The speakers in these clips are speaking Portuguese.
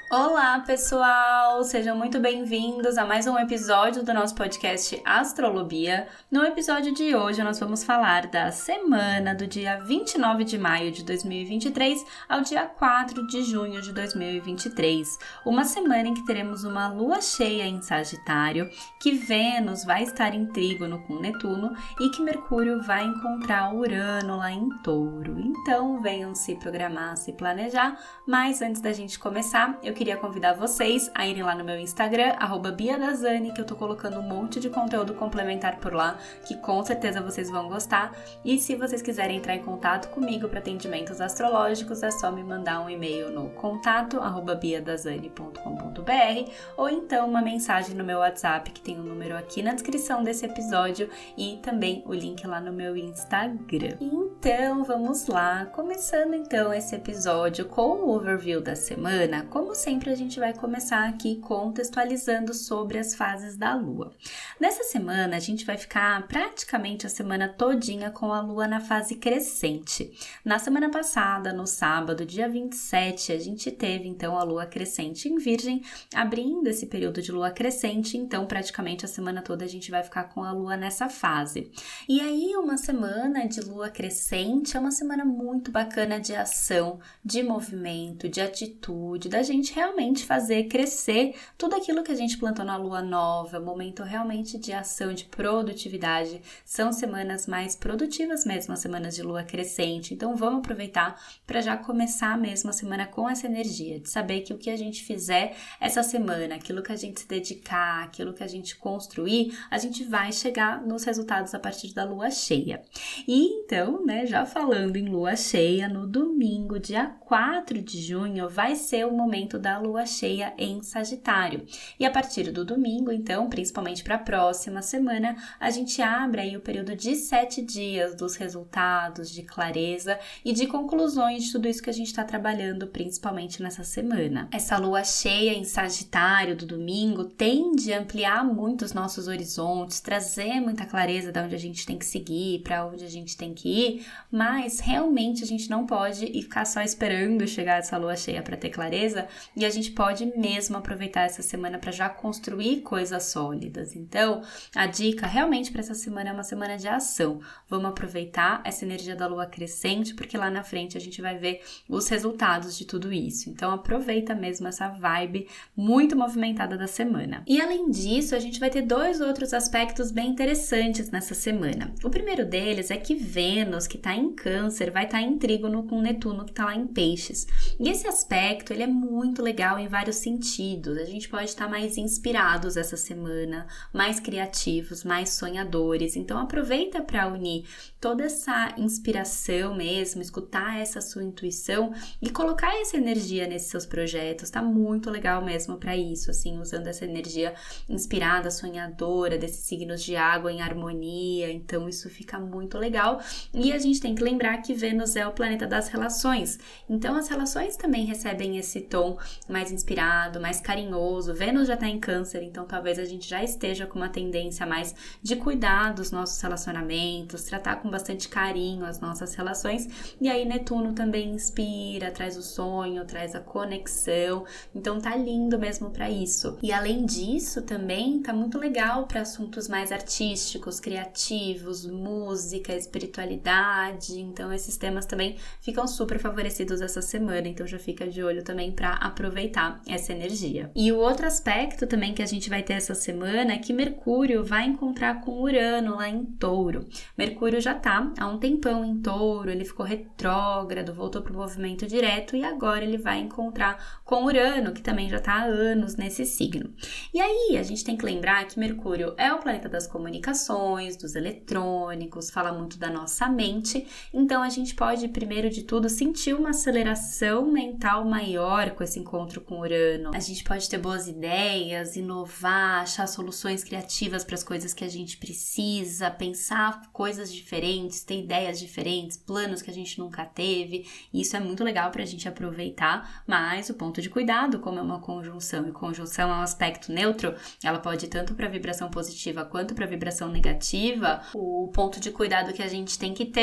Olá, pessoal! Sejam muito bem-vindos a mais um episódio do nosso podcast Astrolobia. No episódio de hoje, nós vamos falar da semana do dia 29 de maio de 2023 ao dia 4 de junho de 2023. Uma semana em que teremos uma lua cheia em Sagitário, que Vênus vai estar em trígono com Netuno e que Mercúrio vai encontrar Urano lá em Touro. Então, venham se programar, se planejar, mas antes da gente começar, eu queria convidar vocês a irem lá no meu Instagram, @BiaDazani, que eu tô colocando um monte de conteúdo complementar por lá, que com certeza vocês vão gostar. E se vocês quiserem entrar em contato comigo para atendimentos astrológicos, é só me mandar um e-mail no contato@biadazani.com.br ou então uma mensagem no meu WhatsApp, que tem um número aqui na descrição desse episódio e também o link lá no meu Instagram. Então, vamos lá, começando então esse episódio com o overview da semana. Como sempre, a gente vai começar aqui contextualizando sobre as fases da Lua. Nessa semana, a gente vai ficar praticamente a semana todinha com a Lua na fase crescente. Na semana passada, no sábado, dia 27, a gente teve então a Lua crescente em Virgem, abrindo esse período de Lua crescente, então praticamente a semana toda a gente vai ficar com a Lua nessa fase. E aí, uma semana de Lua crescente é uma semana muito bacana de ação, de movimento, de atitude, da gente realmente fazer crescer tudo aquilo que a gente plantou na lua nova, momento realmente de ação, de produtividade. São semanas mais produtivas mesmo, as semanas de lua crescente. Então vamos aproveitar para já começar mesmo a semana com essa energia, de saber que o que a gente fizer essa semana, aquilo que a gente se dedicar, aquilo que a gente construir, a gente vai chegar nos resultados a partir da lua cheia. E então, já falando em lua cheia, no domingo, dia 4 de junho, vai ser o momento da lua cheia em Sagitário. E a partir do domingo, então, principalmente para a próxima semana, a gente abre aí o período de 7 dias dos resultados, de clareza e de conclusões de tudo isso que a gente está trabalhando, principalmente nessa semana. Essa lua cheia em Sagitário do domingo tende a ampliar muito os nossos horizontes, trazer muita clareza de onde a gente tem que seguir, para onde a gente tem que ir, mas realmente a gente não pode ficar só esperando chegar essa lua cheia para ter clareza, e a gente pode mesmo aproveitar essa semana para já construir coisas sólidas. Então, a dica realmente para essa semana é uma semana de ação. Vamos aproveitar essa energia da lua crescente, porque lá na frente a gente vai ver os resultados de tudo isso. Então, aproveita mesmo essa vibe muito movimentada da semana. E além disso, a gente vai ter dois outros aspectos bem interessantes nessa semana. O primeiro deles é que Vênus, que está em Câncer, vai estar em trígono com Netuno, que está lá em Peixes. E esse aspecto, ele é muito legal em vários sentidos. A gente pode estar mais inspirados essa semana, mais criativos, mais sonhadores. Então aproveita para unir toda essa inspiração mesmo, escutar essa sua intuição e colocar essa energia nesses seus projetos. Tá muito legal mesmo para isso, assim, usando essa energia inspirada, sonhadora, desses signos de água em harmonia. Então isso fica muito legal. E a gente tem que lembrar que Vênus é o planeta das relações. Então as relações também recebem esse tom mais inspirado, mais carinhoso. Vênus já está em Câncer, então talvez a gente já esteja com uma tendência mais de cuidar dos nossos relacionamentos, tratar com bastante carinho as nossas relações. E aí Netuno também inspira, traz o sonho, traz a conexão. Então tá lindo mesmo para isso. E além disso também tá muito legal para assuntos mais artísticos, criativos, música, espiritualidade. Então esses temas também ficam super favorecidos essa semana. Então já fica de olho também para aproveitar essa energia. E o outro aspecto também que a gente vai ter essa semana é que Mercúrio vai encontrar com Urano lá em Touro. Mercúrio já tá há um tempão em Touro, ele ficou retrógrado, voltou pro movimento direto e agora ele vai encontrar com Urano, que também já tá há anos nesse signo. E aí a gente tem que lembrar que Mercúrio é o planeta das comunicações, dos eletrônicos, fala muito da nossa mente, então a gente pode, primeiro de tudo, sentir uma aceleração mental maior com esse encontro com Urano. A gente pode ter boas ideias, inovar, achar soluções criativas para as coisas que a gente precisa, pensar coisas diferentes, ter ideias diferentes, planos que a gente nunca teve. E isso é muito legal para a gente aproveitar, mas o ponto de cuidado, como é uma conjunção, e conjunção é um aspecto neutro, ela pode ir tanto para vibração positiva quanto para vibração negativa. O ponto de cuidado que a gente tem que ter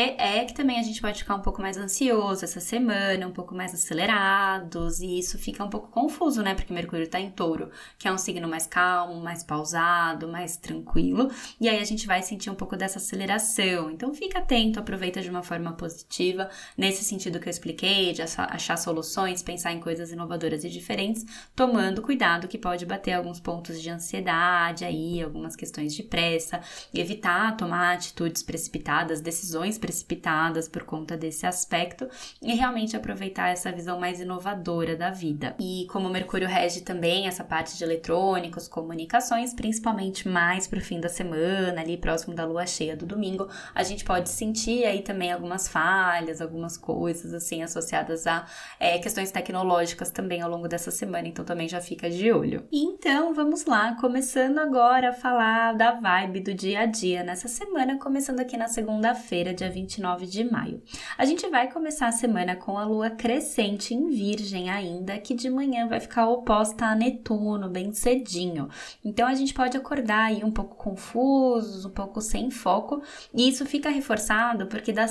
é que também a gente pode ficar um pouco mais ansioso essa semana, um pouco mais acelerados, e isso fica um pouco confuso, né? Porque Mercúrio tá em Touro, que é um signo mais calmo, mais pausado, mais tranquilo, e aí a gente vai sentir um pouco dessa aceleração. Então fica atento, aproveita de uma forma positiva, nesse sentido que eu expliquei, de achar soluções, pensar em coisas inovadoras e diferentes, tomando cuidado que pode bater alguns pontos de ansiedade aí, algumas questões de pressa, evitar tomar atitudes precipitadas, decisões precipitadas por conta desse aspecto e realmente aproveitar essa visão mais inovadora da vida. E como Mercúrio rege também essa parte de eletrônicos, comunicações, principalmente mais pro fim da semana, ali próximo da lua cheia do domingo, a gente pode sentir aí também algumas falhas, algumas coisas assim associadas a questões tecnológicas também ao longo dessa semana, então também já fica de olho. Então vamos lá, começando agora a falar da vibe do dia a dia nessa semana, começando aqui na segunda-feira, dia 29 de maio. A gente vai começar a semana com a lua crescente em Virgem ainda, que de manhã vai ficar oposta a Netuno, bem cedinho. Então a gente pode acordar aí um pouco confusos, um pouco sem foco, e isso fica reforçado porque das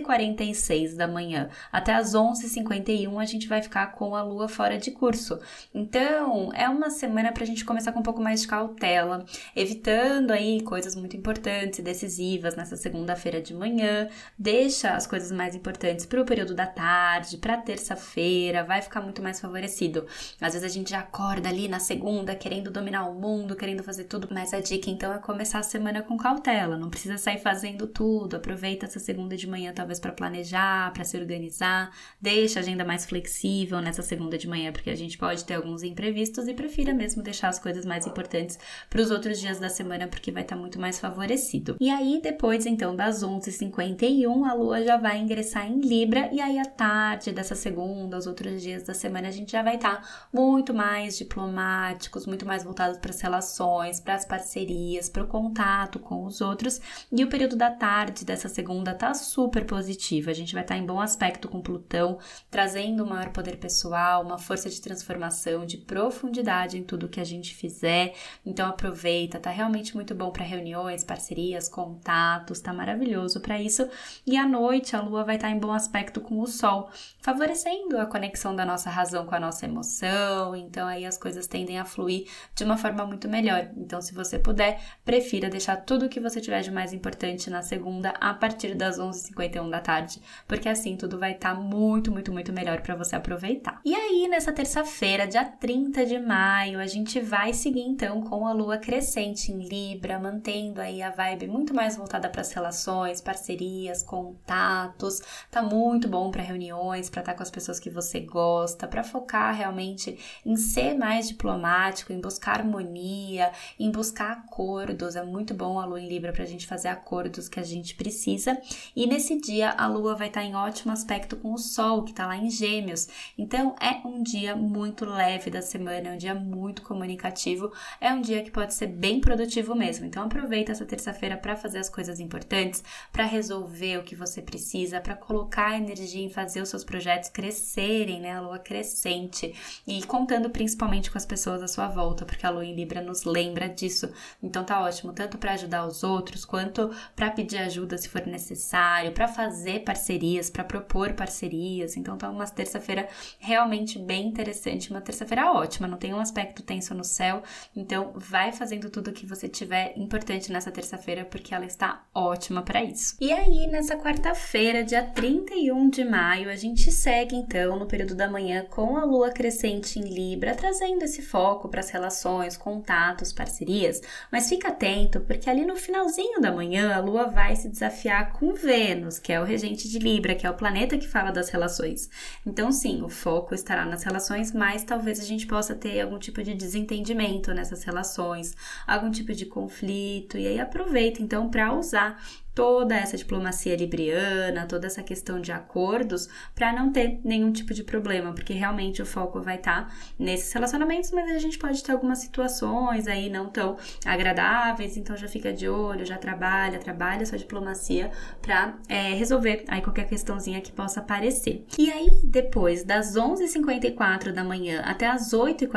6h46 da manhã até as 11h51 a gente vai ficar com a lua fora de curso. Então é uma semana pra gente começar com um pouco mais de cautela, evitando aí coisas muito importantes e decisivas nessa segunda-feira de manhã, deixa as coisas mais importantes para o período da tarde, para terça-feira, vai ficar muito mais favorecido. Às vezes a gente já acorda ali na segunda querendo dominar o mundo, querendo fazer tudo, mas a dica então é começar a semana com cautela, não precisa sair fazendo tudo, aproveita essa segunda de manhã talvez para planejar, para se organizar, deixa a agenda mais flexível nessa segunda de manhã, porque a gente pode ter alguns imprevistos e prefira mesmo deixar as coisas mais importantes para os outros dias da semana, porque vai estar muito mais favorecido. E aí depois então das 11h51 a lua já vai ingressar em Libra, e aí à tarde dessa segunda, os outros dias da semana a gente já vai estar muito mais diplomáticos, muito mais voltados para as relações, para as parcerias, para o contato com os outros, e o período da tarde dessa segunda tá super positivo, a gente vai estar em bom aspecto com Plutão, trazendo um maior poder pessoal, uma força de transformação, de profundidade em tudo que a gente fizer, então aproveita, tá realmente muito bom para reuniões, parcerias, contatos, tá maravilhoso para isso. E à noite a lua vai estar em bom aspecto com o sol, favorecendo a conexão da nossa razão com a nossa emoção, então aí as coisas tendem a fluir de uma forma muito melhor. Então se você puder, prefira deixar tudo o que você tiver de mais importante na segunda a partir das 11h51 da tarde, porque assim tudo vai estar muito, muito, muito melhor para você aproveitar. E aí nessa terça-feira, dia 30 de maio, a gente vai seguir então com a lua crescente em Libra, mantendo aí a vibe muito mais voltada para as relações, parcerias, contatos, tá muito bom para reuniões, para estar com as pessoas que você gosta, para focar realmente em ser mais diplomático, em buscar harmonia, em buscar acordos, é muito bom a lua em Libra pra gente fazer acordos que a gente precisa, e nesse dia a lua vai estar em ótimo aspecto com o sol, que tá lá em Gêmeos, então é um dia muito leve da semana, é um dia muito comunicativo, é um dia que pode ser bem produtivo mesmo, então aproveita essa terça-feira para fazer as coisas importantes, para resolver o que você precisa, para colocar energia em fazer os seus projetos crescerem, né? A lua crescente, e contando principalmente com as pessoas à sua volta, porque a lua em Libra nos lembra disso. Então tá ótimo, tanto para ajudar os outros, quanto para pedir ajuda se for necessário, para fazer parcerias, para propor parcerias. Então tá uma terça-feira realmente bem interessante, uma terça-feira ótima, não tem um aspecto tenso no céu, então vai fazendo tudo que você tiver importante nessa terça-feira, porque ela está ótima para isso. E aí, nessa quarta-feira, dia 31 de maio, a gente segue então no período da manhã com a lua crescente em Libra, trazendo esse foco para as relações, contatos, parcerias, mas fica atento, porque ali no finalzinho da manhã a lua vai se desafiar com Vênus, que é o regente de Libra, que é o planeta que fala das relações. Então sim, o foco estará nas relações, mas talvez a gente possa ter algum tipo de desentendimento nessas relações, algum tipo de conflito, e aí aproveita então para usar toda essa diplomacia libriana, toda essa questão de acordos, para não ter nenhum tipo de problema, porque realmente o foco vai estar nesses relacionamentos, mas a gente pode ter algumas situações aí não tão agradáveis, então já fica de olho, já trabalha sua diplomacia para resolver aí qualquer questãozinha que possa aparecer. E aí, depois das 11h54 da manhã até as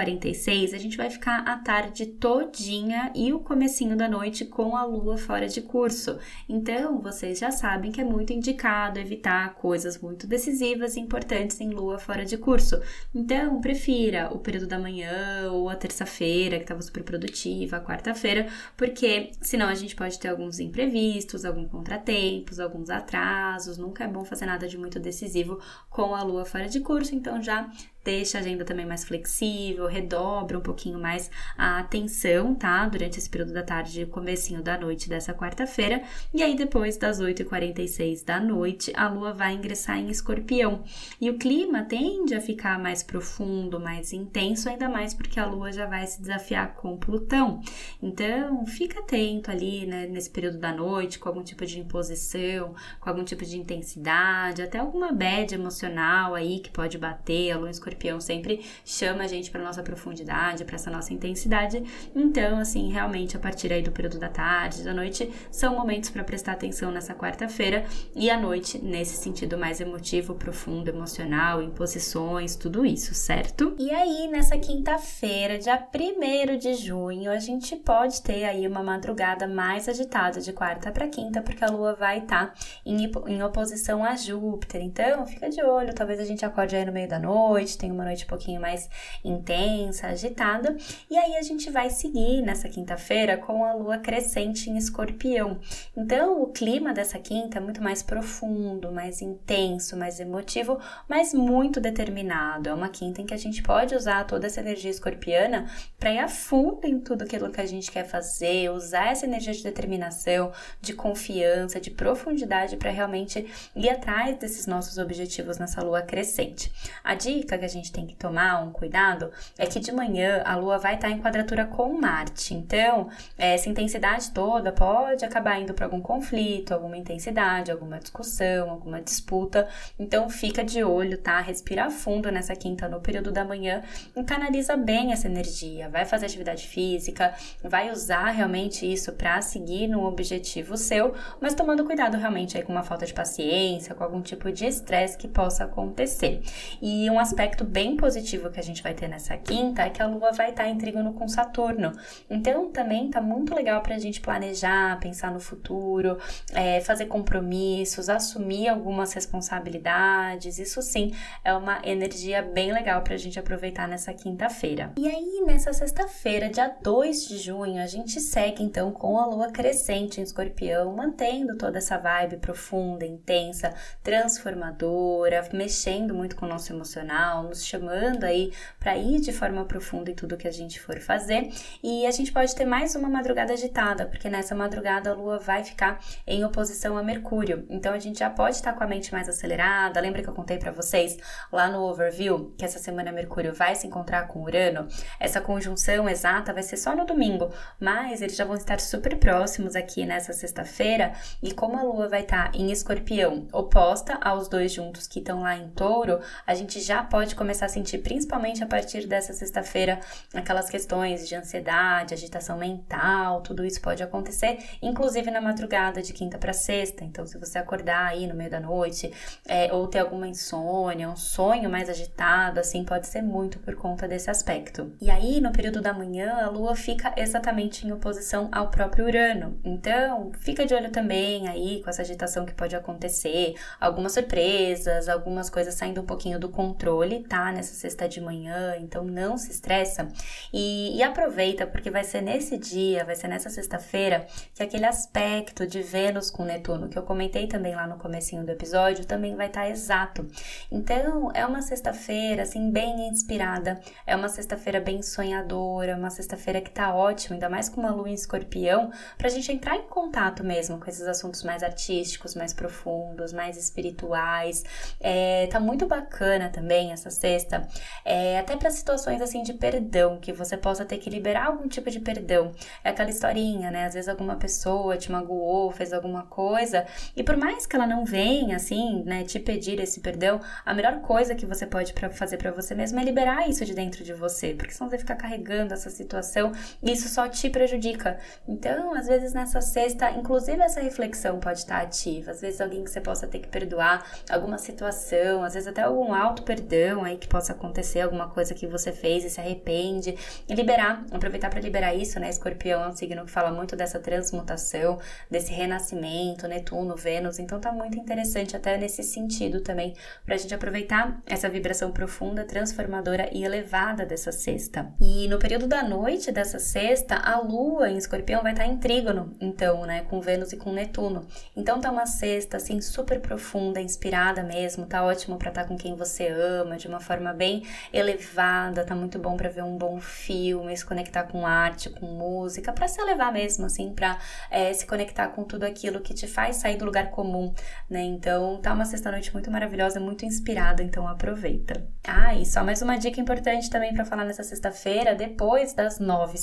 8h46, a gente vai ficar a tarde todinha e o comecinho da noite com a lua fora de curso. Então, Então, vocês já sabem que é muito indicado evitar coisas muito decisivas e importantes em lua fora de curso. Então, prefira o período da manhã ou a terça-feira, que estava super produtiva, a quarta-feira, porque senão a gente pode ter alguns imprevistos, alguns contratempos, alguns atrasos. Nunca é bom fazer nada de muito decisivo com a lua fora de curso, então já deixa a agenda também mais flexível, redobra um pouquinho mais a atenção, tá? Durante esse período da tarde e comecinho da noite dessa quarta-feira. E aí, depois das 8h46 da noite, a lua vai ingressar em Escorpião. E o clima tende a ficar mais profundo, mais intenso, ainda mais porque a lua já vai se desafiar com Plutão. Então, fica atento ali, né, nesse período da noite, com algum tipo de imposição, com algum tipo de intensidade, até alguma bad emocional aí que pode bater. A lua em Escorpião sempre chama a gente para nossa profundidade, para essa nossa intensidade. Então, assim, realmente a partir aí do período da tarde, da noite, são momentos para prestar atenção nessa quarta-feira, e à noite nesse sentido mais emotivo, profundo, emocional, imposições, tudo isso, certo? E aí, nessa quinta-feira, dia 1º de junho, a gente pode ter aí uma madrugada mais agitada de quarta para quinta, porque a lua vai estar em oposição a Júpiter. Então, fica de olho, talvez a gente acorde aí no meio da noite, tem uma noite um pouquinho mais intensa, agitada, e aí a gente vai seguir nessa quinta-feira com a lua crescente em Escorpião. Então, o clima dessa quinta é muito mais profundo, mais intenso, mais emotivo, mas muito determinado. É uma quinta em que a gente pode usar toda essa energia escorpiana para ir a fundo em tudo aquilo que a gente quer fazer, usar essa energia de determinação, de confiança, de profundidade para realmente ir atrás desses nossos objetivos nessa lua crescente. A dica que a gente tem que tomar um cuidado é que de manhã a lua vai estar em quadratura com Marte. Então, essa intensidade toda pode acabar indo para algum conflito, alguma intensidade, alguma discussão, alguma disputa. Então, fica de olho, tá? Respira fundo nessa quinta no período da manhã e canaliza bem essa energia. Vai fazer atividade física, vai usar realmente isso para seguir num objetivo seu, mas tomando cuidado realmente aí com uma falta de paciência, com algum tipo de estresse que possa acontecer. E um aspecto bem positivo que a gente vai ter nessa quinta é que a lua vai estar em trígono com Saturno. Então, também tá muito legal pra gente planejar, pensar no futuro, fazer compromissos, assumir algumas responsabilidades. Isso sim é uma energia bem legal pra gente aproveitar nessa quinta-feira. E aí, nessa sexta-feira, dia 2 de junho, a gente segue então com a lua crescente em Escorpião, mantendo toda essa vibe profunda, intensa, transformadora, mexendo muito com o nosso emocional, nos chamando aí para ir de forma profunda em tudo que a gente for fazer. E a gente pode ter mais uma madrugada agitada, porque nessa madrugada a lua vai ficar em oposição a Mercúrio. Então a gente já pode estar com a mente mais acelerada. Lembra que eu contei para vocês lá no overview que essa semana Mercúrio vai se encontrar com Urano? Essa conjunção exata vai ser só no domingo, mas eles já vão estar super próximos aqui nessa sexta-feira, e como a lua vai estar em Escorpião, oposta aos dois juntos que estão lá em Touro, a gente já pode começar a sentir, principalmente a partir dessa sexta-feira, aquelas questões de ansiedade, agitação mental. Tudo isso pode acontecer, inclusive na madrugada de quinta para sexta. Então, se você acordar aí no meio da noite, ou ter alguma insônia, um sonho mais agitado, assim, pode ser muito por conta desse aspecto. E aí, no período da manhã, a lua fica exatamente em oposição ao próprio Urano. Então, fica de olho também aí com essa agitação que pode acontecer, algumas surpresas, algumas coisas saindo um pouquinho do controle, tá? Nessa sexta de manhã, então não se estressa e aproveita, porque vai ser nesse dia, vai ser nessa sexta-feira que aquele aspecto de Vênus com Netuno, que eu comentei também lá no comecinho do episódio, também vai estar exato. Então, é uma sexta-feira, assim, bem inspirada, é uma sexta-feira bem sonhadora, uma sexta-feira que tá ótima, ainda mais com uma lua em Escorpião, pra gente entrar em contato mesmo com esses assuntos mais artísticos, mais profundos, mais espirituais. Tá muito bacana também essa sexta, até para situações assim de perdão, que você possa ter que liberar algum tipo de perdão. É aquela historinha, né? Às vezes alguma pessoa te magoou, fez alguma coisa, e por mais que ela não venha, assim, né, te pedir esse perdão, a melhor coisa que você pode fazer para você mesmo é liberar isso de dentro de você, porque senão você vai ficar carregando essa situação e isso só te prejudica. Então, às vezes nessa sexta, inclusive essa reflexão pode estar ativa. Às vezes alguém que você possa ter que perdoar, alguma situação, às vezes até algum auto-perdão aí que possa acontecer, alguma coisa que você fez e se arrepende, e aproveitar para liberar isso, né? Escorpião é um signo que fala muito dessa transmutação, desse renascimento, Netuno, Vênus, então tá muito interessante até nesse sentido também, pra gente aproveitar essa vibração profunda, transformadora e elevada dessa sexta. E no período da noite dessa sexta, a Lua em Escorpião vai estar em trígono, então, né, com Vênus e com Netuno. Então tá uma sexta, assim, super profunda, inspirada mesmo, tá ótimo pra estar com quem você ama, de uma forma bem elevada, tá muito bom pra ver um bom filme, se conectar com arte, com música, pra se elevar mesmo, assim, pra se conectar com tudo aquilo que te faz sair do lugar comum, né? Então tá uma sexta-noite muito maravilhosa, muito inspirada, então aproveita. E só mais uma dica importante também pra falar nessa sexta-feira, depois das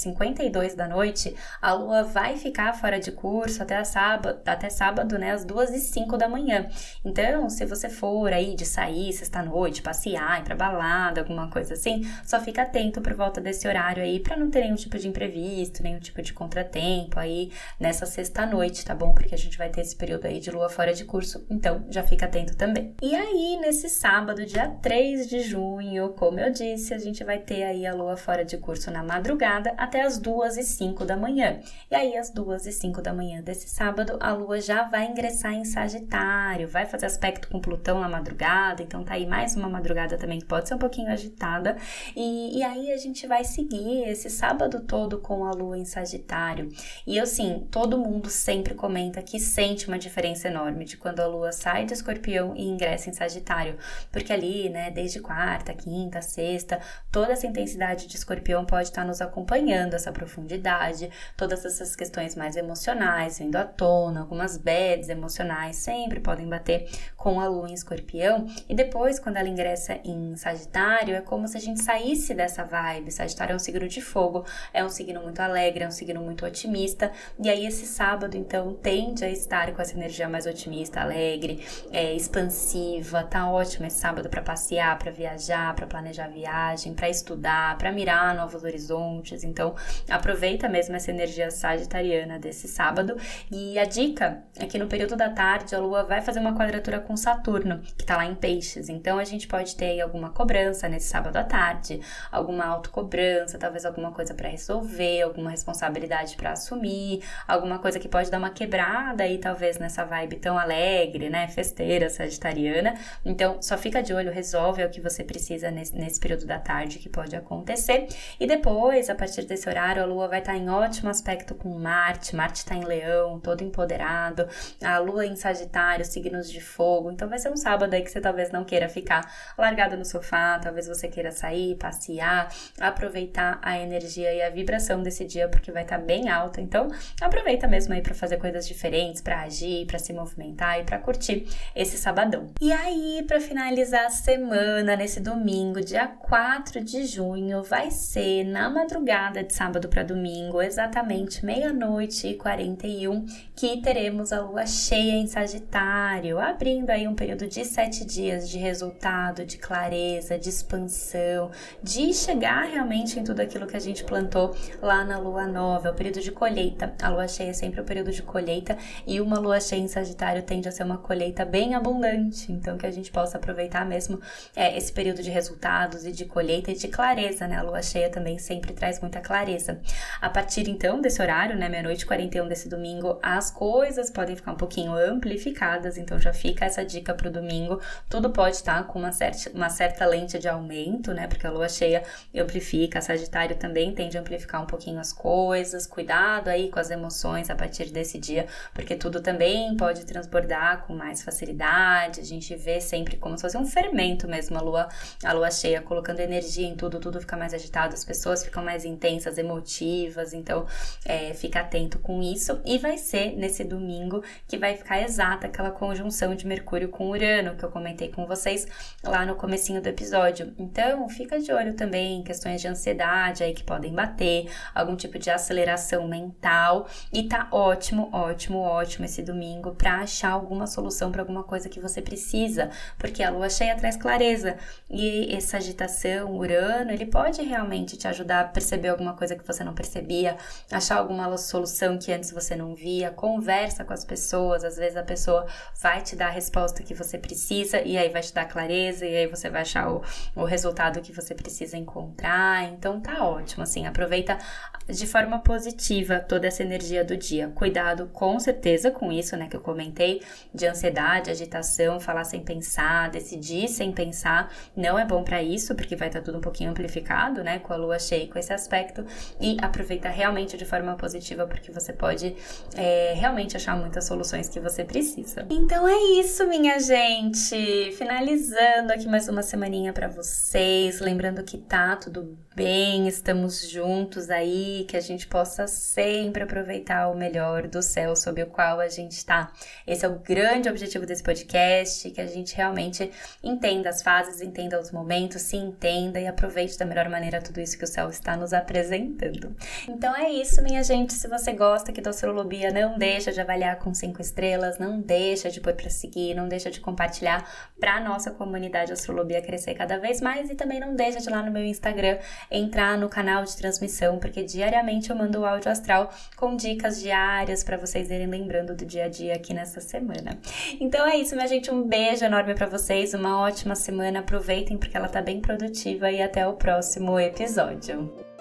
9h52 da noite, a Lua vai ficar fora de curso até sábado, né, às 2h05 da manhã. Então, se você for aí de sair sexta-noite, passear, ir pra balada, alguma coisa assim, só fica atento por volta desse horário aí pra não ter nenhum tipo de imprevisto, nenhum tipo de contratempo aí nessa sexta-noite, tá bom? Porque a gente vai ter esse período aí de Lua fora de curso, então já fica atento também. E aí, nesse sábado, dia 3 de junho, como eu disse, a gente vai ter aí a Lua fora de curso na madrugada até as 2h05 da manhã. E aí, às 2h05 da manhã desse sábado, a Lua já vai ingressar em Sagitário, vai fazer aspecto com Plutão na madrugada, então tá aí mais uma madrugada também que pode ser um pouquinho agitada. E aí a gente vai seguir esse sábado todo com a Lua em Sagitário. E assim, todo mundo sempre comenta que sente uma diferença enorme de quando a Lua sai de Escorpião e ingressa em Sagitário, porque ali, né, desde quarta, quinta, sexta, toda essa intensidade de Escorpião pode estar nos acompanhando, essa profundidade, todas essas questões mais emocionais vindo à tona, algumas bads emocionais sempre podem bater com a Lua em Escorpião, e depois, quando ela ingressa em Sagitário, é como se a gente saísse dessa vibe. Sagitário é um signo de fogo, é um signo muito alegre, é um signo muito otimista, e aí esse sábado, então, tende a estar com essa energia mais otimista, alegre, expansiva. Tá ótimo esse sábado para passear, para viajar, para planejar viagem, para estudar, para mirar novos horizontes. Então, aproveita mesmo essa energia sagitariana desse sábado. E a dica é que no período da tarde a Lua vai fazer uma quadratura com Saturno, que tá lá em Peixes. Então, a gente pode ter aí alguma cobrança nesse sábado à tarde, alguma autocobrança, talvez alguma coisa para resolver, alguma responsabilidade para assumir, alguma coisa que pode dar uma quebrada aí, talvez nessa vibe tão alegre, né, festeira, sagitariana. Então, só fica de olho, resolve o que você precisa nesse período da tarde que pode acontecer. E depois, a partir desse horário, a Lua vai estar em ótimo aspecto com Marte está em Leão, todo empoderado, a Lua em Sagitário, signos de fogo. Então, vai ser um sábado aí que você talvez não queira ficar largado no sofá, talvez você queira sair, passear, aproveitar a energia e a vibração desse dia, porque vai estar bem alta. Então, aproveita mesmo aí para fazer coisas diferentes, para agir, para se movimentar e para curtir esse sabadão. E aí, para finalizar a semana, nesse domingo, dia 4 de junho, vai ser na madrugada de sábado para domingo, exatamente 00h41, que teremos a Lua cheia em Sagitário, abrindo aí um período de 7 dias de resultado, de clareza, de expansão, de chegar realmente em tudo aquilo que a gente plantou lá na Lua Nova. É o período de colheita. A Lua cheia é sempre o período de colheita, e uma Lua cheia em Sagitário tende a ser uma colheita bem abundante, então que a gente possa aproveitar mesmo esse período de resultados e de colheita e de clareza, né? A Lua cheia também sempre traz muita clareza. A partir então desse horário, né, 00h41 desse domingo, as coisas podem ficar um pouquinho amplificadas, então já fica essa dica pro domingo. Tudo pode estar com uma certa lente de aumento, né? Porque a Lua cheia amplifica, a Sagitário também tende a amplificar um pouquinho as coisas. Cuidado aí com as emoções a partir desse dia, porque tudo também pode transbordar com mais facilidade. A gente vê sempre como se fosse um fermento mesmo, a lua cheia colocando energia em tudo fica mais agitado, as pessoas ficam mais intensas, emotivas, então fica atento com isso. E vai ser nesse domingo que vai ficar exata aquela conjunção de Mercúrio com Urano, que eu comentei com vocês lá no comecinho do episódio. Então, fica de olho também em questões de ansiedade aí que podem bater, algum tipo de aceleração mental, e tá ótimo esse domingo para achar alguma solução para alguma coisa que você precisa, porque a lua cheia traz clareza, e essa agitação, Urano, ele pode realmente te ajudar a perceber alguma coisa que você não percebia, achar alguma solução que antes você não via. Conversa com as pessoas, às vezes a pessoa vai te dar a resposta que você precisa, e aí vai te dar clareza, e aí você vai achar o resultado que você precisa encontrar. Então tá ótimo, assim, aproveita de forma positiva toda essa energia do dia. Cuidado com certeza com isso, né, que eu comentei, de ansiedade, agitação, falar sem pensar, decidir sem pensar, não é bom pra isso, porque vai estar tudo um pouquinho amplificado, né, com a lua cheia e com esse aspecto, e aproveita realmente de forma positiva, porque você pode realmente achar muitas soluções que você precisa. Então é isso, minha gente, finalizando aqui mais uma semaninha pra vocês, lembrando que tá tudo bem, estamos juntos aí, que a gente possa sempre aproveitar o melhor do céu sob o qual a gente tá. Esse é o grande objetivo desse podcast, que a gente realmente entenda as fases, entenda os momentos, se entenda e aproveite da melhor maneira tudo isso que o céu está nos apresentando. Então é isso, minha gente, se você gosta aqui da Astrolobia, não deixa de avaliar com 5 estrelas, não deixa de pôr pra seguir, não deixa de compartilhar pra nossa comunidade Astrolobia crescer cada vez mais, e também não deixa de ir lá no meu Instagram, entrar no canal de transmissão, porque diariamente eu mando o áudio astral com dicas diárias para vocês irem lembrando do dia a dia aqui nessa semana. Então é isso, minha gente, um beijo enorme para vocês, uma ótima semana, aproveitem porque ela tá bem produtiva e até o próximo episódio.